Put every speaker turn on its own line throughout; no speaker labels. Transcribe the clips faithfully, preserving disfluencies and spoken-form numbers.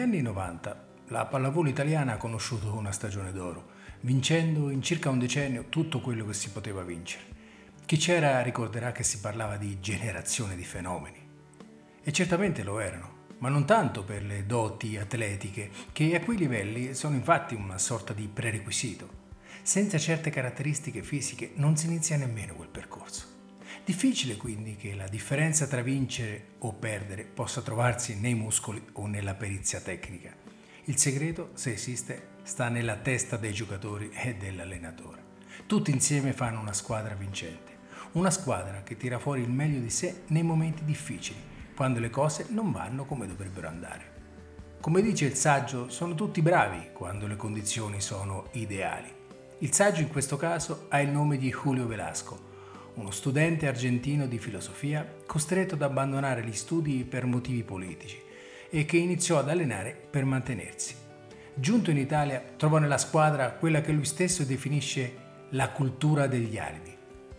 anni novanta la pallavolo italiana ha conosciuto una stagione d'oro, vincendo in circa un decennio tutto quello che si poteva vincere. Chi c'era ricorderà che si parlava di generazione di fenomeni. E certamente lo erano, ma non tanto per le doti atletiche, che a quei livelli sono infatti una sorta di prerequisito. Senza certe caratteristiche fisiche non si inizia nemmeno quel percorso. Difficile quindi che la differenza tra vincere o perdere possa trovarsi nei muscoli o nella perizia tecnica. Il segreto, se esiste, sta nella testa dei giocatori e dell'allenatore. Tutti insieme fanno una squadra vincente, una squadra che tira fuori il meglio di sé nei momenti difficili, quando le cose non vanno come dovrebbero andare. Come dice il saggio, sono tutti bravi quando le condizioni sono ideali. Il saggio in questo caso ha il nome di Julio Velasco, uno studente argentino di filosofia costretto ad abbandonare gli studi per motivi politici e che iniziò ad allenare per mantenersi. Giunto in Italia, trova nella squadra quella che lui stesso definisce la cultura degli alibi,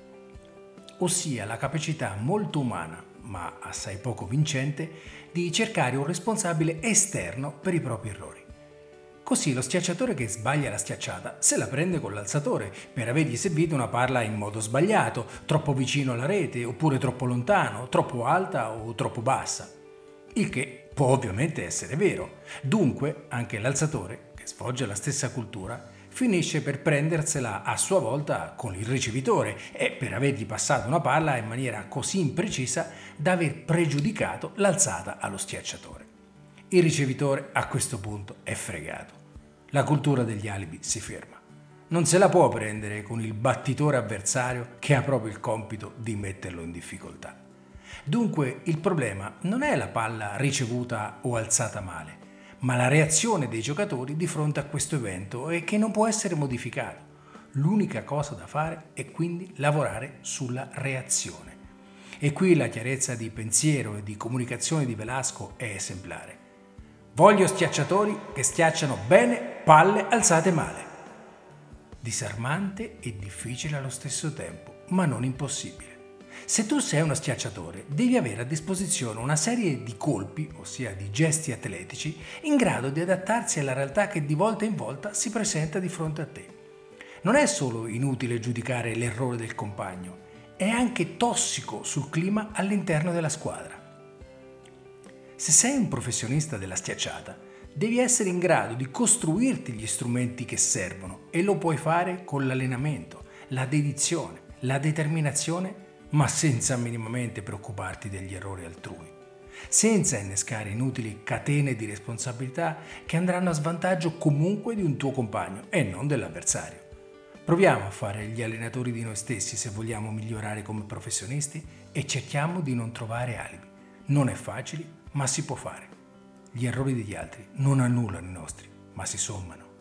ossia la capacità molto umana, ma assai poco vincente, di cercare un responsabile esterno per i propri errori. Così lo schiacciatore che sbaglia la schiacciata se la prende con l'alzatore per avergli servito una palla in modo sbagliato, troppo vicino alla rete, oppure troppo lontano, troppo alta o troppo bassa. Il che può ovviamente essere vero. Dunque, anche l'alzatore, che sfoggia la stessa cultura, finisce per prendersela a sua volta con il ricevitore e per avergli passato una palla in maniera così imprecisa da aver pregiudicato l'alzata allo schiacciatore. Il ricevitore a questo punto è fregato. La cultura degli alibi si ferma. Non se la può prendere con il battitore avversario che ha proprio il compito di metterlo in difficoltà. Dunque il problema non è la palla ricevuta o alzata male, ma la reazione dei giocatori di fronte a questo evento e che non può essere modificato. L'unica cosa da fare è quindi lavorare sulla reazione. E qui la chiarezza di pensiero e di comunicazione di Velasco è esemplare. Voglio schiacciatori che schiacciano bene palle alzate male. Disarmante e difficile allo stesso tempo, ma non impossibile. Se tu sei uno schiacciatore, devi avere a disposizione una serie di colpi, ossia di gesti atletici, in grado di adattarsi alla realtà che di volta in volta si presenta di fronte a te. Non è solo inutile giudicare l'errore del compagno, è anche tossico sul clima all'interno della squadra. Se sei un professionista della schiacciata, devi essere in grado di costruirti gli strumenti che servono e lo puoi fare con l'allenamento, la dedizione, la determinazione, ma senza minimamente preoccuparti degli errori altrui, senza innescare inutili catene di responsabilità che andranno a svantaggio comunque di un tuo compagno e non dell'avversario. Proviamo a fare gli allenatori di noi stessi se vogliamo migliorare come professionisti e cerchiamo di non trovare alibi. Non è facile, ma si può fare. Gli errori degli altri non annullano i nostri, ma si sommano.